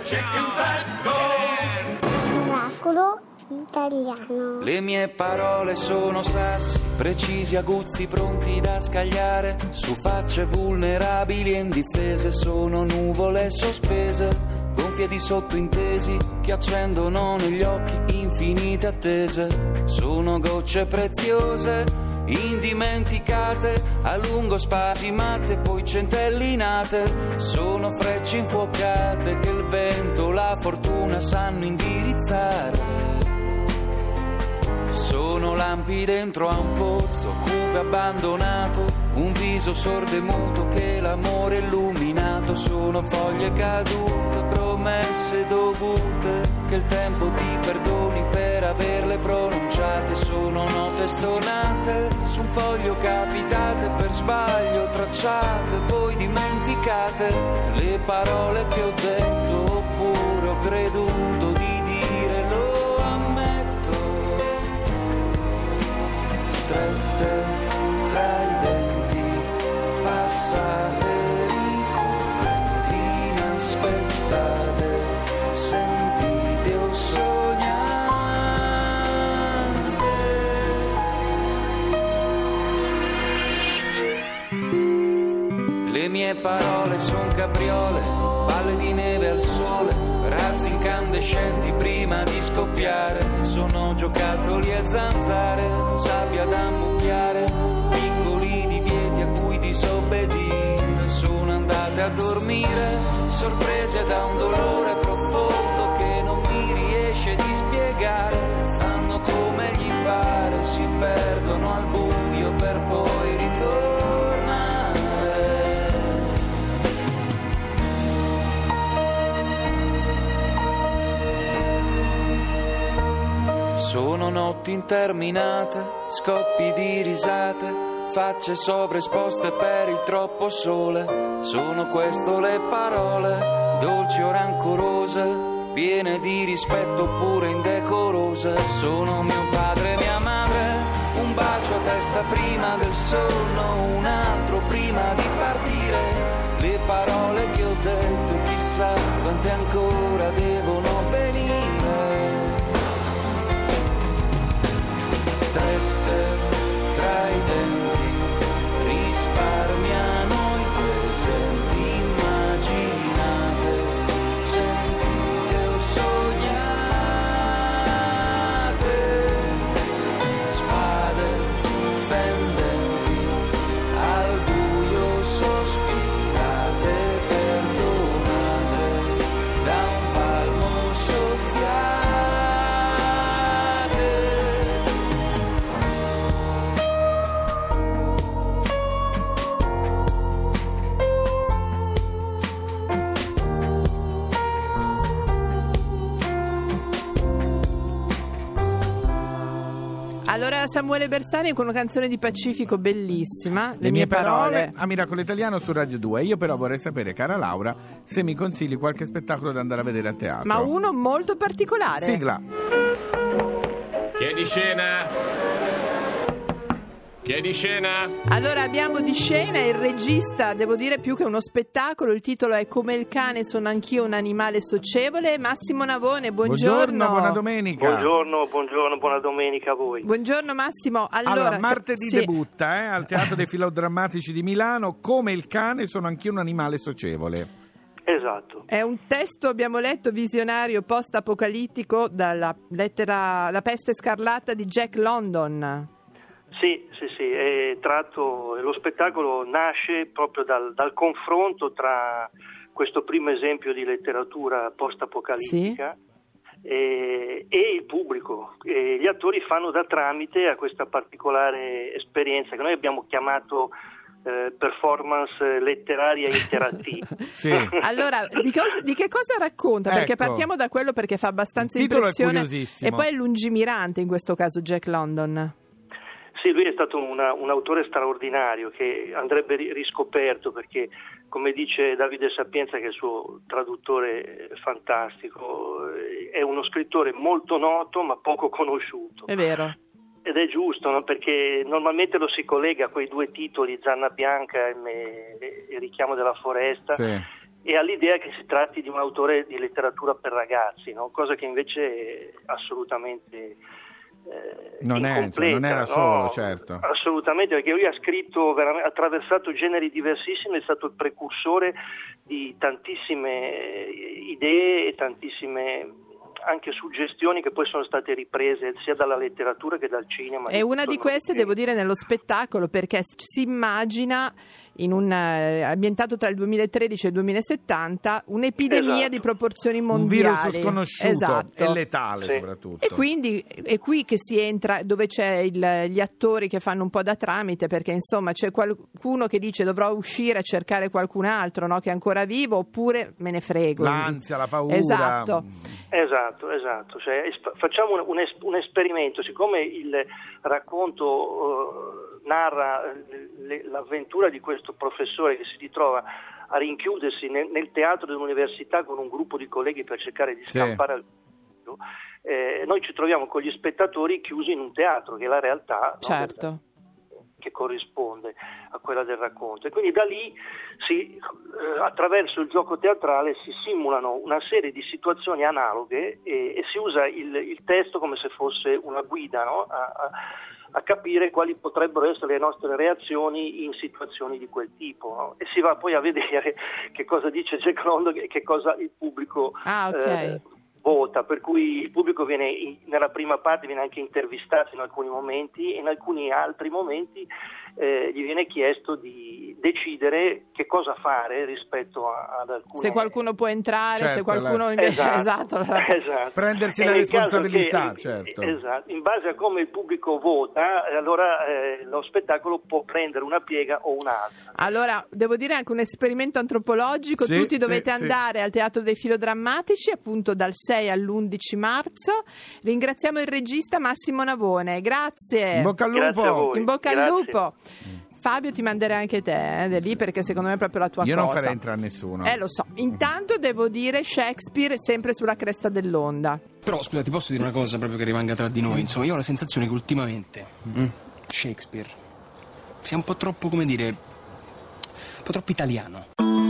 Oracolo italiano. Le mie parole sono sassi, precisi, aguzzi, pronti da scagliare su facce vulnerabili e indifese. Sono nuvole sospese, gonfie di sottointesi che accendono negli occhi infinite attese. Sono gocce preziose, indimenticate, a lungo spasimate, poi centellinate. Sono frecce infuocate che il vento, la fortuna sanno indirizzare. Sono lampi dentro a un pozzo, cupe abbandonato, un viso sordo e muto che l'amore ha illuminato. Sono foglie cadute, promesse dovute, che il tempo ti perdoni per averle pronunciate. Sono note stonate, su un foglio capitate per sbaglio, tracciate, poi dimenticate. Le parole che ho detto oppure ho creduto di dire, lo ammetto. Strette tra i denti, passate, ricorrenti, inaspettate, sentite o sognate. Le mie parole son capriole, palle di neve al sole, razzi incandescenti prima di scoppiare. Sono giocattoli e zanzare, sabbia da ammucchiare, piccoli divieti a cui disobbedire. Sono andate a dormire, sorprese da un dolore profondo che non mi riesce di spiegare. Fanno come gli pare, si perdono al buio per poi ritornare. Sono notti interminate, scoppi di risate, facce sovraesposte per il troppo sole. Sono questo le parole, dolci o rancorose, piene di rispetto oppure indecorose. Sono mio padre e mia madre, un bacio a testa prima del sonno, un altro prima di partire. Le parole che ho detto, chissà quante ancora devono venire. Strette tra i denti, risparmiano i presenti, immaginate, sentite o sognate. Spade fendenti, al buio sospirate, perdonate, da un palmo soffiate. Allora Samuele Bersani con una canzone di Pacifico bellissima, Le mie parole a Miracolo Italiano su Radio 2. Io però vorrei sapere, cara Laura, se mi consigli qualche spettacolo da andare a vedere a teatro. ma uno molto particolare. Sigla. Chiedi scena. Chiedi scena. Allora abbiamo di scena il regista, devo dire più che uno spettacolo, il titolo è Come il cane sono anch'io un animale socievole. Massimo Navone, buongiorno. Buona domenica. Buongiorno, buona domenica a voi. Buongiorno Massimo. Allora martedì sì. debutta al Teatro dei Filodrammatici di Milano, Come il cane sono anch'io un animale socievole. Esatto. È un testo, abbiamo letto, visionario post-apocalittico dalla lettera La peste scarlatta di Jack London. Sì, è tratto, lo spettacolo nasce proprio dal confronto tra questo primo esempio di letteratura post-apocalittica e il pubblico. Gli attori fanno da tramite a questa particolare esperienza che noi abbiamo chiamato performance letteraria interattiva. Sì. Allora, di che cosa racconta? Perché Ecco. partiamo da quello, perché fa abbastanza Il titolo è impressione curiosissimo. e poi è lungimirante in questo caso Jack London. Sì, lui è stato un autore straordinario che andrebbe riscoperto perché, come dice Davide Sapienza, che è il suo traduttore fantastico, è uno scrittore molto noto ma poco conosciuto. È vero. Ed è giusto, no? Perché normalmente lo si collega a quei due titoli, Zanna Bianca e Il richiamo della foresta. Sì. e all'idea che si tratti di un autore di letteratura per ragazzi, no? Cosa che invece è assolutamente non era solo, certo. Assolutamente, perché lui ha scritto, ha attraversato generi diversissimi, è stato il precursore di tantissime idee e tantissime anche suggestioni che poi sono state riprese sia dalla letteratura che dal cinema. E una di queste, devo dire, nello spettacolo, perché si immagina in un ambientato tra il 2013 e il 2070 un'epidemia di proporzioni mondiali, un virus sconosciuto, esatto, e letale soprattutto. E quindi è qui che si entra, dove c'è gli attori che fanno un po' da tramite, perché insomma c'è qualcuno che dice dovrò uscire a cercare qualcun altro, no, che è ancora vivo, oppure me ne frego. L'ansia, la paura. Esatto. Cioè, facciamo un esperimento. Siccome il racconto narra l'avventura di questo professore che si ritrova a rinchiudersi nel teatro dell'università con un gruppo di colleghi per cercare di scappare al mondo, noi ci troviamo con gli spettatori chiusi in un teatro, che è la realtà, certo, no, che corrisponde a quella del racconto, e quindi da lì attraverso il gioco teatrale si simulano una serie di situazioni analoghe e si usa il testo come se fosse una guida, no? a capire quali potrebbero essere le nostre reazioni in situazioni di quel tipo, no? E si va poi a vedere che cosa dice Jack London e che cosa il pubblico vota, per cui il pubblico nella prima parte viene anche intervistato in alcuni momenti, e in alcuni altri momenti gli viene chiesto di decidere che cosa fare rispetto ad alcune... Se qualcuno può entrare, certo, se qualcuno invece... Esatto. Prendersi la responsabilità, certo. Esatto. In base a come il pubblico vota, allora lo spettacolo può prendere una piega o un'altra. Allora, devo dire anche un esperimento antropologico, tutti dovete andare al Teatro dei Filodrammatici, appunto dal 6 all'11 marzo. Ringraziamo il regista Massimo Navone, grazie. In bocca al lupo. Grazie a voi. In bocca al lupo. Fabio, ti manderei anche te lì, perché secondo me è proprio la tua cosa. Io non farei entrare nessuno. Lo so. Intanto devo dire Shakespeare sempre sulla cresta dell'onda. Però scusa, ti posso dire una cosa proprio che rimanga tra di noi? Insomma, io ho la sensazione che ultimamente Shakespeare sia un po' troppo, come dire, un po' troppo italiano.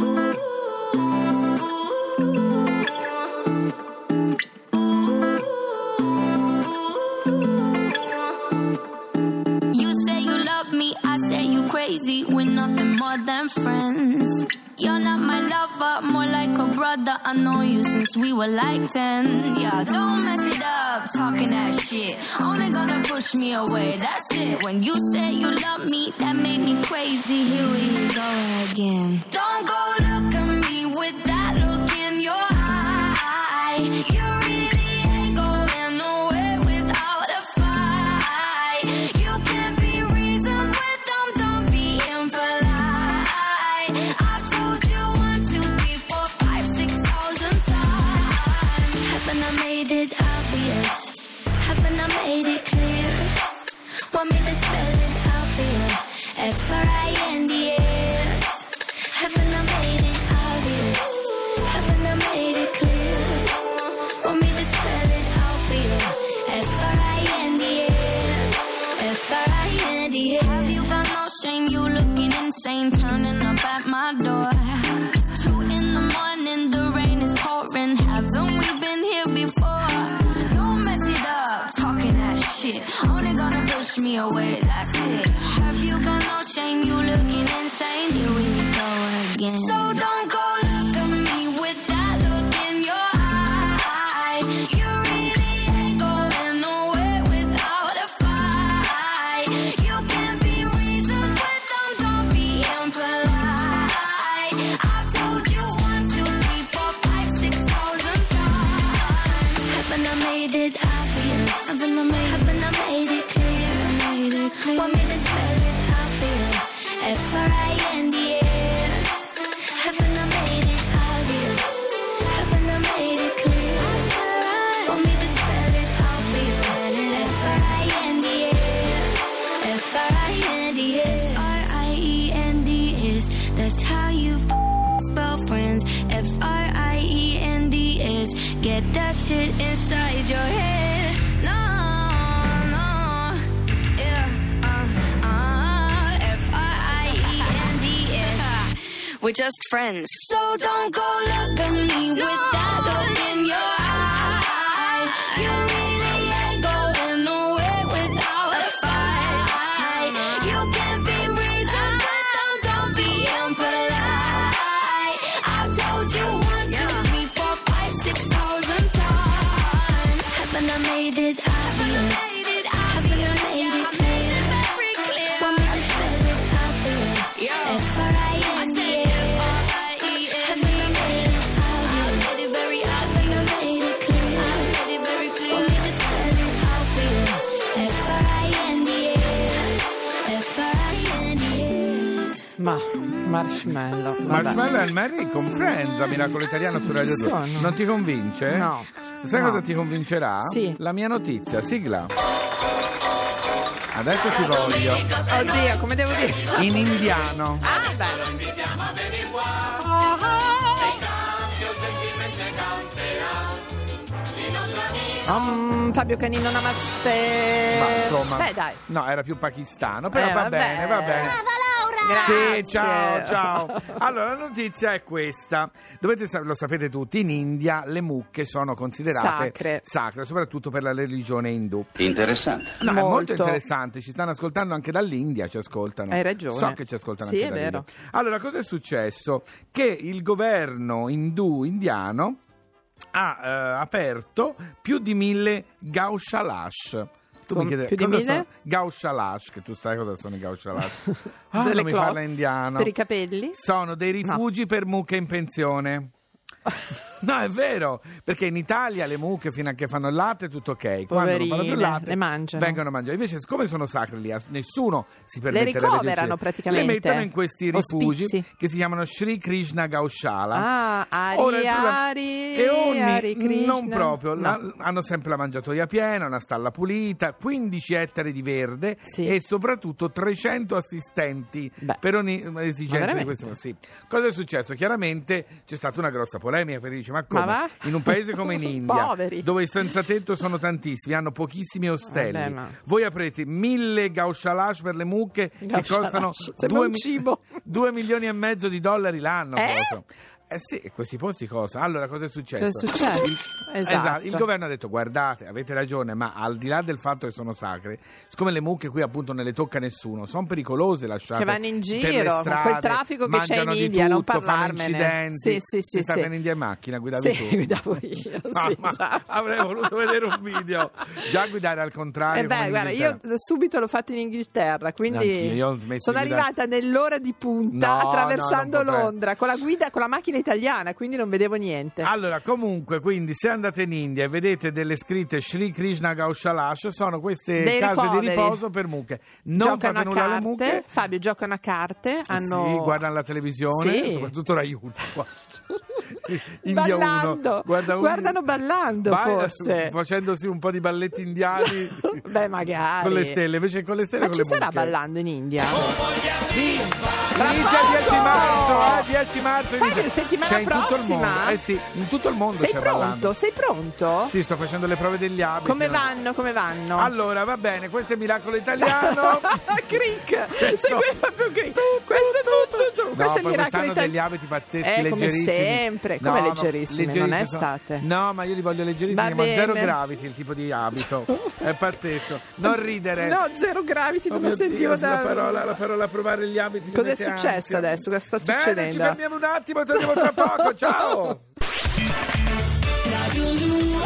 We're nothing more than friends. You're not my lover, more like a brother. I know you since we were like 10. Yeah, don't mess it up, talking that shit. Only gonna push me away, that's it. When you say you love me, that made me crazy. Here we go again. Don't go look at me with that look in your eye. You really ain't going nowhere without a fight. You can't be reasoned with them, don't be impolite. I've told you 1, 2, 3, 4, 5, 6,000 times. Haven't I made it obvious? Haven't I made it clear? Want me to spell it out for you? F-R-I-N-D-S. Haven't I made it obvious? Haven't I made it clear? Want me to spell it out for you? F-R-I-N-D-S. F-R-I-N-D-S. Have you got no shame? You looking insane, turning up at my door. It's 2 in the morning, the rain is pouring. Haven't we been here before? Don't mess it up, talking that shit. Only gonna push me away, that's it. Have you got no shame? You looking insane. Here we go again. So don't go look at me with that look in your eye. You really ain't going nowhere without a fight. You can't be reasoned with them, don't be impolite. I've told you 1, 2, 3, 4, 5, 6,000 times. Haven't I made it obvious? Haven't I made it clear? Want me to spell it out for you? F-R-I-N-D-S. Haven't I made it obvious? Haven't I made it clear? Want me to spell it out for you? F-R-I-N-D-S. F-R-I-N-D-S. F-R-I-E-N-D-S. That's how you spell friends. F-R-I-E-N-D-S. Get that shit inside your head. No, yeah. F-R-I-E-N-D-S. we're just friends. So don't go look at me with that look in your eye. You really ain't going nowhere without a fight. You can be reasoned, but don't be impolite. I told you 1, 2, 3, 4, 5, 6,000 times. Haven't I made it obvious? Haven't I made it clear? Want me to spell it out for you? F-R-I-N-D-S. Haven't I made it obvious? Haven't I made it clear? Want me to spell it out for you? F-R-I-N-D-S. F-R-I-N-D-S. Ma Marshmallow. vabbè. Marshmallow and Mary con Friends, a Miracolo Italiano su Radio 2. Sono. Non ti convince? No. Sai No. cosa ti convincerà? Sì. La mia notizia, sigla. Adesso ti voglio. Oddio, come devo dire? In indiano. Ah, beh. Fabio Canino, namaste. Ma insomma. Beh, dai. No, era più pakistano, però va vabbè. bene, va bene. Grazie. Sì, ciao. Allora, la notizia è questa. Lo sapete tutti, in India le mucche sono considerate sacre, soprattutto per la religione indù. Interessante. No, è molto Molto. interessante, ci stanno ascoltando anche dall'India, ci ascoltano. Hai ragione. So che ci ascoltano Sì, anche è dall'India. vero. Allora, cosa è successo? Che il governo indiano ha aperto più di 1000 Gausalash. Tu mi chiedi, più di cosa 1000? sono Gausalash, che tu sai cosa sono i Gausalash. Delle non mi cloche parla indiano. per i capelli? Sono dei rifugi per mucche in pensione. No, è vero, perché in Italia le mucche fino a che fanno il latte tutto ok, quando non fanno più il latte le mangiano. vengono mangiate. Invece, siccome sono sacre lì, nessuno si Le permetterebbe di ricoverano uccidere. praticamente. Le mettono in questi rifugi Ospizi. che si chiamano Sri Krishna Gaushala. Ah, Ora, il problema- Ari, e ogni, Hare Krishna. non proprio, No. hanno sempre la mangiatoia piena, una stalla pulita, 15 ettari di verde Sì. e soprattutto 300 assistenti Beh. per ogni esigenza di veramente? questo. Sì. Cosa è successo? Chiaramente c'è stata una grossa polemica perché dice: ma come? va? In un paese come in India, Poveri. dove i senza tetto sono tantissimi, hanno pochissimi ostelli, Vabbè, ma- voi aprete 1000 Gausalash per le mucche che Gausalash, costano sembra un cibo. 2 milioni e mezzo di dollari l'anno. Eh? Cosa? Eh sì, e questi posti cosa? Allora, cosa è successo? Cosa è successo? Esatto. Il governo ha detto: guardate, avete ragione, ma al di là del fatto che sono sacre, siccome le mucche qui appunto non le tocca nessuno, sono pericolose lasciate Che vanno in per le giro, con strade, quel traffico che c'è in mangiano di India, non tutto, fanno parlarmene. incidenti. Sì, Sei stata in India in macchina, guidavi Sì, tu? guidavo io. Ah, Sì, ma esatto. avrei voluto vedere un video. Già guidare al contrario. Eh beh, come in guarda, Inghilterra. io subito l'ho fatto in Inghilterra, Anch'io, quindi io ho smesso sono di guidare. arrivata nell'ora di punta No, attraversando no, non potrei. Londra con la guida, con la macchina italiana, quindi non vedevo niente. Allora, comunque, quindi, se andate in India e vedete delle scritte Sri Krishna Gausalash, sono queste Dei case ricoveri. di riposo per mucche. Non Giocano fate a nulla alle carte, mucche. Fabio, giocano a carte, hanno... Sì, guardano la televisione, Sì. soprattutto Rai 1. India 1. Ballando, guardano ballando forse. Facendosi un po' di balletti indiani. Beh, magari. Con le stelle, invece con le stelle Ma con ci le sarà mucche. ballando in India? Inizia il 10 marzo, 10 marzo Fabio, inizia. settimana C'è in tutto il mondo. prossima? Sì, in tutto il mondo Sei c'è pronto? ballando. Sei pronto? Sì, sto facendo le prove degli abiti. Come vanno? Come vanno? Allora, va bene, questo è Miracolo Italiano. Cric! Questo- Segui proprio Cric! Questo è tutto! No, Questo è poi Miracolo quest'anno degli Italiano. abiti pazzeschi, Come leggerissimi. sempre, come No, leggerissimi, non è sono- estate. No, ma io li voglio leggerissimi, Va si chiama Zero bene. Gravity il tipo di abito. È pazzesco. Non ridere. No, Zero Gravity, Oh non mio lo sentivo Dio, da... la parola provare gli abiti. mi Cosa è mette successo ansia. adesso? Cosa sta Bene, succedendo? ci fermiamo un attimo, torniamo tra poco. Ciao. Radio 2